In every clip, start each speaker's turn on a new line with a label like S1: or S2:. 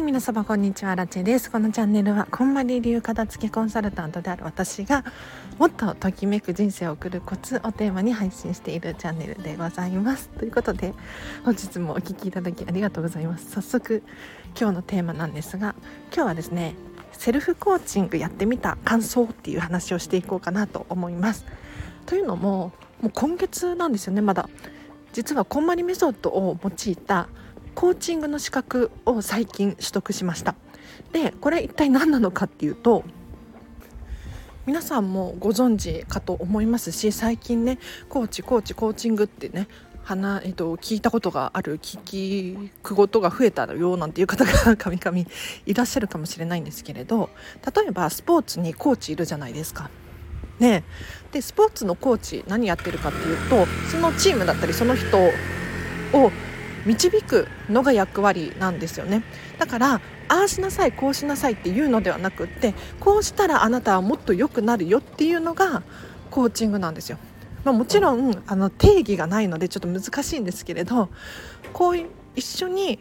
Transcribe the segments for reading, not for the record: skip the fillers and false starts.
S1: 皆様こんにちは、ラチェです。このチャンネルはこんまり流片付けコンサルタントである私がもっとときめく人生を送るコツをテーマに配信しているチャンネルでございます。ということで本日もお聞きいただきありがとうございます。早速今日のテーマなんですが、今日はですね、セルフコーチングやってみた感想っていう話をしていこうかなと思います。というのもう今月なんですよね。まだ実はこんまりメソッドを用いたコーチングの資格を最近取得しました。でこれ一体何なのかっていうと、皆さんもご存知かと思いますし、最近ねコーチングってね聞いたことがある、聞くことが増えたよなんていう方がカミカミいらっしゃるかもしれないんですけれど、例えばスポーツにコーチいるじゃないですかね。でスポーツのコーチ何やってるかっていうと、そのチームだったりその人を導くのが役割なんですよね。だからああしなさいこうしなさいっていうのではなくって、こうしたらあなたはもっと良くなるよっていうのがコーチングなんですよ。もちろん定義がないのでちょっと難しいんですけれど、こう一緒に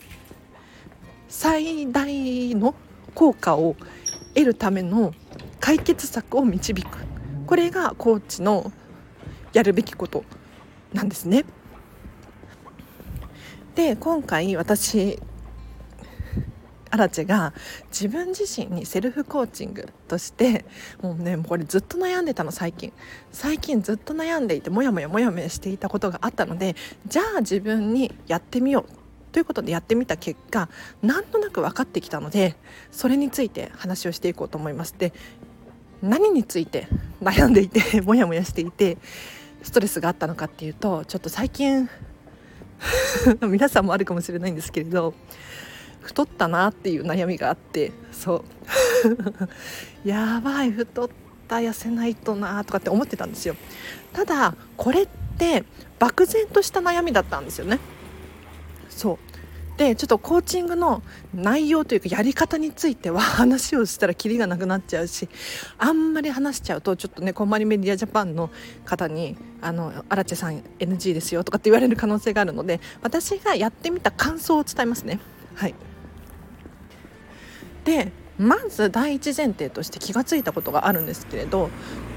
S1: 最大の効果を得るための解決策を導く、これがコーチのやるべきことなんですね。で今回私アラチェが自分自身にセルフコーチングとしてもうこれずっと悩んでたの。最近ずっと悩んでいてもやもやしていたことがあったので、じゃあ自分にやってみようということでやってみた結果、なんとなく分かってきたので、それについて話をしていこうと思います。で何について悩んでいてもやもやしていてストレスがあったのかっていうと、ちょっと最近皆さんもあるかもしれないんですけれど、太ったなっていう悩みがあって、そうやばい、太った、痩せないとなとかって思ってたんですよ。ただこれって漠然とした悩みだったんですよね。そうでちょっとコーチングの内容というかやり方については話をしたらキリがなくなっちゃうし、あんまり話しちゃうとちょっとね、こんまりメディアジャパンの方にアラチェさん NG ですよとかって言われる可能性があるので、私がやってみた感想を伝えますね。はい。でまず第一前提として気がついたことがあるんですけれど、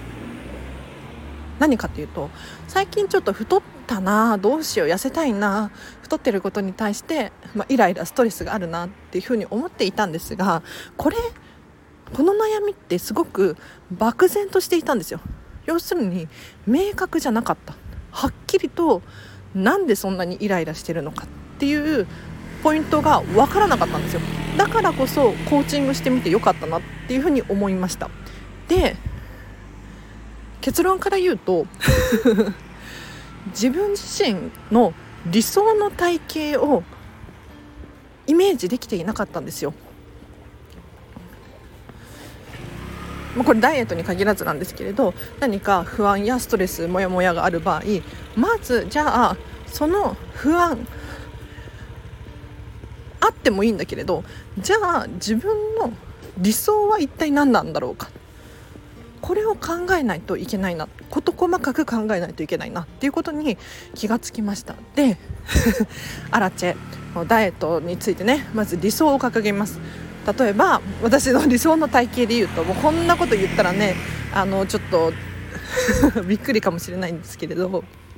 S1: 何かというと、最近ちょっと太ったな、どうしよう、痩せたいな、太ってることに対して、イライラストレスがあるなっていうふうに思っていたんですが、この悩みってすごく漠然としていたんですよ。要するに明確じゃなかった。はっきりとなんでそんなにイライラしてるのかっていうポイントが分からなかったんですよ。だからこそコーチングしてみてよかったなっていうふうに思いました。で結論から言うと自分自身の理想の体型をイメージできていなかったんですよ。これダイエットに限らずなんですけれど、何か不安やストレス、モヤモヤがある場合、まずじゃあその不安あってもいいんだけれど、じゃあ自分の理想は一体何なんだろうか、これを考えないといけないな、事細かく考えないといけないなっていうことに気がつきました。でアラチェダイエットについてね、まず理想を掲げます。例えば私の理想の体型で言うと、もうこんなこと言ったらねちょっとびっくりかもしれないんですけれど、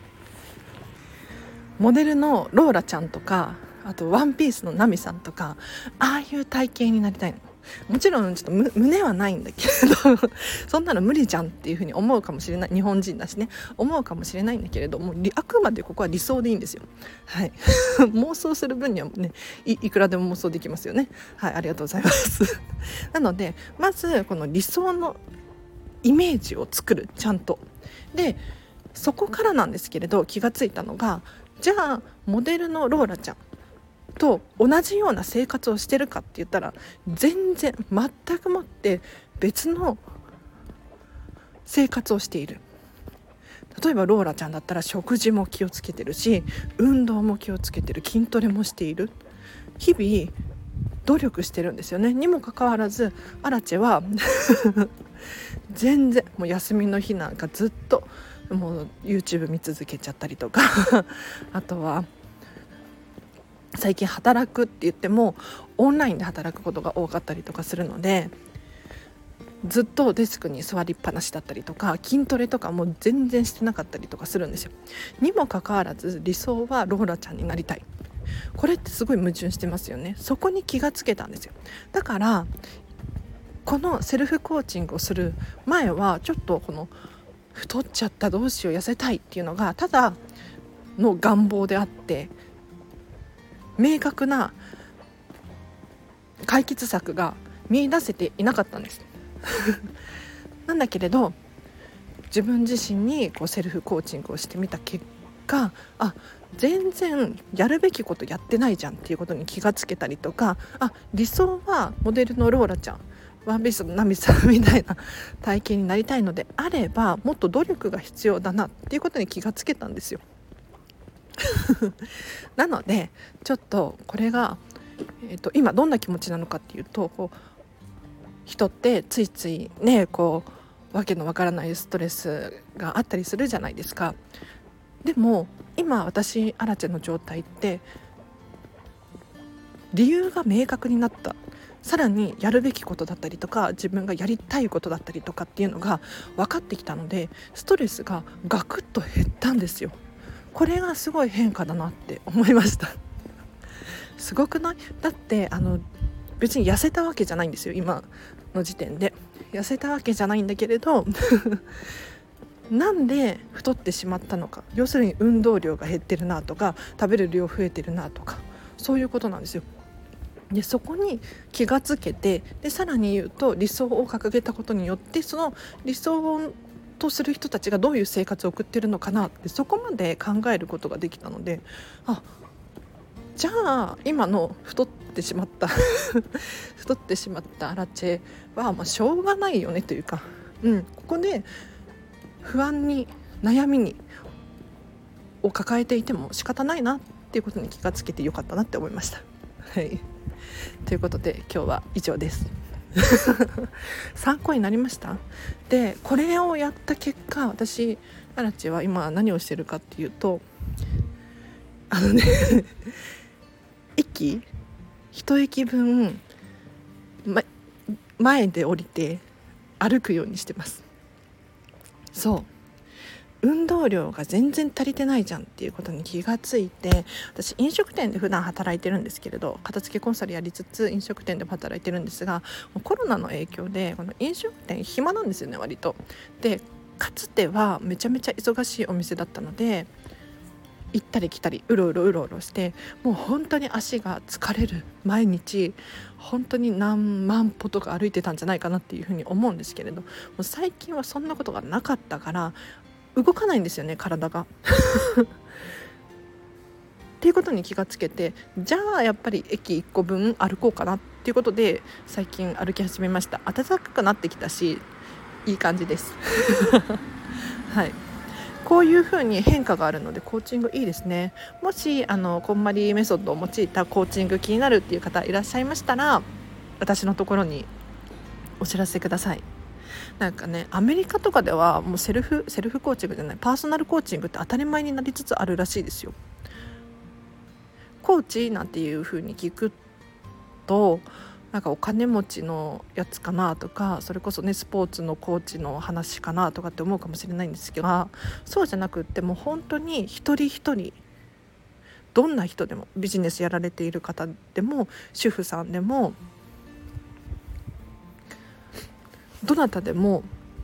S1: モデルのローラちゃんとか、あとワンピースのナミさんとか、ああいう体型になりたいの。もちろんちょっと胸はないんだけれどそんなの無理じゃんっていうふうに思うかもしれない、日本人だしね、思うかもしれないんだけれども、あくまでここは理想でいいんですよ。はい妄想する分にはね、いくらでも妄想できますよね。はい、ありがとうございますなのでまずこの理想のイメージを作る、ちゃんと。でそこからなんですけれど、気がついたのが、じゃあモデルのローラちゃんと同じような生活をしてるかって言ったら、全然全くもって別の生活をしている。例えばローラちゃんだったら食事も気をつけてるし、運動も気をつけてる、筋トレもしている、日々努力してるんですよね。にもかかわらずアラチェは全然もう休みの日なんかずっともう YouTube 見続けちゃったりとかあとは最近働くって言ってもオンラインで働くことが多かったりとかするので、ずっとデスクに座りっぱなしだったりとか、筋トレとかも全然してなかったりとかするんですよ。にもかかわらず理想はローラちゃんになりたい。これってすごい矛盾してますよね。そこに気がつけたんですよ。だからこのセルフコーチングをする前はちょっとこの太っちゃった、どうしよう、痩せたいっていうのがただの願望であって、明確な解決策が見出せていなかったんですなんだけれど、自分自身にこうセルフコーチングをしてみた結果、全然やるべきことやってないじゃんっていうことに気がつけたりとか、理想はモデルのローラちゃん、ワンピースのナミさんみたいな体型になりたいのであれば、もっと努力が必要だなっていうことに気がつけたんですよなのでちょっとこれが、今どんな気持ちなのかっていうと、こう人ってついついね、こうわけのわからないストレスがあったりするじゃないですか。でも今私アラチェの状態って理由が明確になった、さらにやるべきことだったりとか、自分がやりたいことだったりとかっていうのが分かってきたので、ストレスがガクッと減ったんですよ。これがすごい変化だなって思いましたすごくない？だって別に痩せたわけじゃないんですよ。今の時点で痩せたわけじゃないんだけれどなんで太ってしまったのか、要するに運動量が減ってるなとか、食べる量増えてるなとか、そういうことなんですよ。でそこに気がつけて、でさらに言うと理想を掲げたことによって、その理想とする人たちがどういう生活を送ってるのかなって、そこまで考えることができたので、じゃあ今の太ってしまった太ってしまったアラチェはしょうがないよねというか、ここで不安に悩みを抱えていても仕方ないなっていうことに気がつけてよかったなって思いました。はい、ということで今日は以上です参考になりました？でこれをやった結果、私アラチェは今何をしてるかっていうと、一駅分、前で降りて歩くようにしてます。そう、運動量が全然足りてないじゃんっていうことに気がついて、私飲食店で普段働いてるんですけれど、片付けコンサルやりつつ飲食店でも働いてるんですが、コロナの影響でこの飲食店暇なんですよね、割と。でかつてはめちゃめちゃ忙しいお店だったので、行ったり来たりうろうろして、もう本当に足が疲れる毎日、本当に何万歩とか歩いてたんじゃないかなっていうふうに思うんですけれど、もう最近はそんなことがなかったから動かないんですよね、体がっていうことに気がつけて、じゃあやっぱり駅1個分歩こうかなっていうことで最近歩き始めました。暖かくなってきたしいい感じですはい、こういう風に変化があるのでコーチングいいですね。もしこんまりメソッドを用いたコーチング気になるっていう方いらっしゃいましたら、私のところにお知らせください。なんかね、アメリカとかではもうセルフコーチングじゃない、パーソナルコーチングって当たり前になりつつあるらしいですよ。コーチなんていう風に聞くとなんかお金持ちのやつかなとか、それこそねスポーツのコーチの話かなとかって思うかもしれないんですけど、そうじゃなくって、もう本当に一人一人、どんな人でも、ビジネスやられている方でも主婦さんでもどなたでも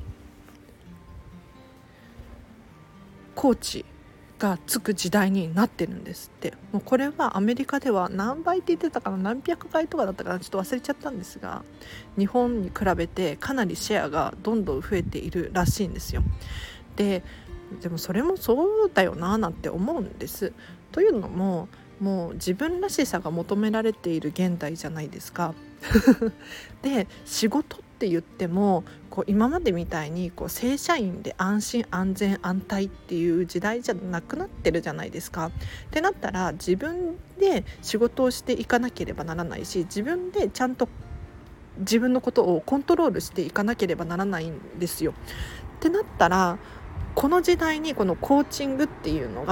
S1: コーチがつく時代になってるんですって。もうこれはアメリカでは何倍って言ってたかな、何百倍とかだったかな、ちょっと忘れちゃったんですが、日本に比べてかなりシェアがどんどん増えているらしいんですよ。でもそれもそうだよななんて思うんです。というのも、もう自分らしさが求められている現代じゃないですかで仕事って言ってもこう今までみたいにこう正社員で安心安全安泰っていう時代じゃなくなってるじゃないですか。ってなったら自分で仕事をしていかなければならないし、自分でちゃんと自分のことをコントロールしていかなければならないんですよ。ってなったらこの時代にこのコーチングっていうのが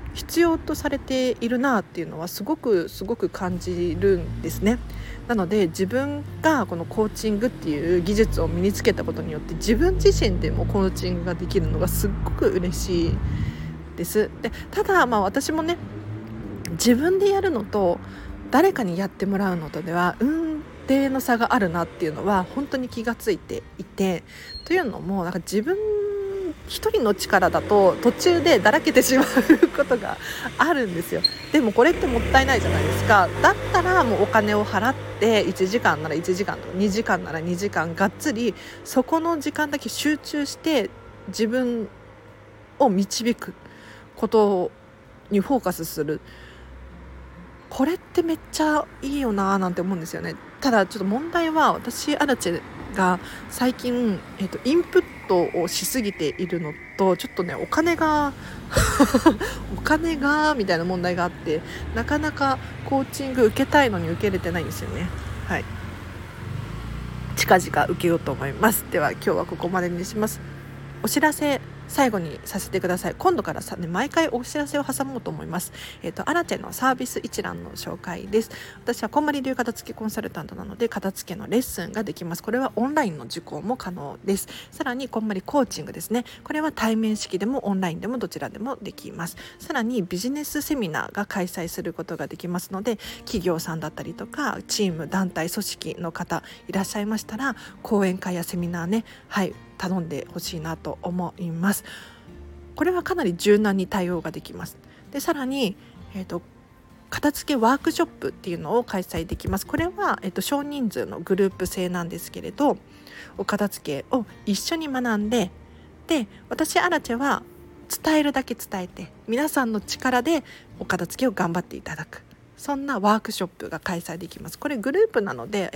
S1: 必要とされているなっていうのはすごく感じるんですね。なので自分がこのコーチングっていう技術を身につけたことによって自分自身でもコーチングができるのがすっごく嬉しいです。でただ私もね、自分でやるのと誰かにやってもらうのとでは運程の差があるなっていうのは本当に気がついていて、というのも自分一人の力だと途中でだらけてしまうことがあるんですよ。でもこれってもったいないじゃないですか。だったらもうお金を払って1時間なら1時間とか2時間なら2時間がっつりそこの時間だけ集中して自分を導くことにフォーカスする。これってめっちゃいいよななんて思うんですよね。ただちょっと問題は私アラチェが最近、インプットをしすぎているのとちょっとねお金がお金がみたいな問題があって、なかなかコーチング受けたいのに受けれてないんですよね。はい、近々受けようと思います。では今日はここまでにします。お知らせ最後にさせてください。今度から毎回お知らせを挟もうと思います。アラチェのサービス一覧の紹介です。私はこんまり流片付けコンサルタントなので片付けのレッスンができます。これはオンラインの受講も可能です。さらにこんまりコーチングですね。これは対面式でもオンラインでもどちらでもできます。さらにビジネスセミナーが開催することができますので、企業さんだったりとかチーム団体組織の方いらっしゃいましたら講演会やセミナーね、頼んでほしいなと思います。これはかなり柔軟に対応ができます。でさらに、片付けワークショップっていうのを開催できます。これは、少人数のグループ制なんですけれど、お片付けを一緒に学んで、で私アラチェは伝えるだけ伝えて皆さんの力でお片付けを頑張っていただく、そんなワークショップが開催できます。これグループなので、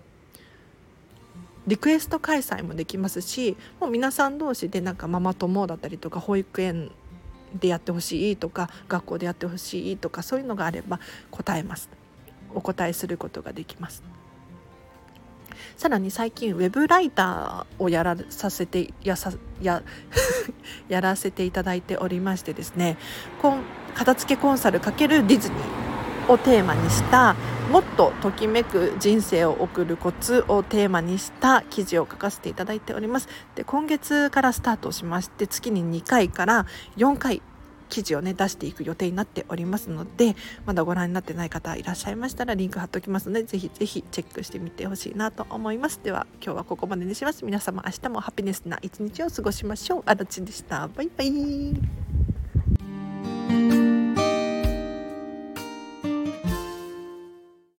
S1: リクエスト開催もできますし、もう皆さん同士でママ友だったりとか保育園でやってほしいとか学校でやってほしいとかそういうのがあれば答えます。お答えすることができます。さらに最近ウェブライターをやらせていただいておりましてですね、片付けコンサル×ディズニーをテーマにしたもっとときめく人生を送るコツをテーマにした記事を書かせていただいております。で今月からスタートしまして、月に2回から4回記事をね出していく予定になっておりますので、まだご覧になってない方いらっしゃいましたらリンク貼っておきますので、ぜひぜひチェックしてみてほしいなと思います。では今日はここまでにします。皆様明日もハピネスな一日を過ごしましょう。あらちでした。バイバイ。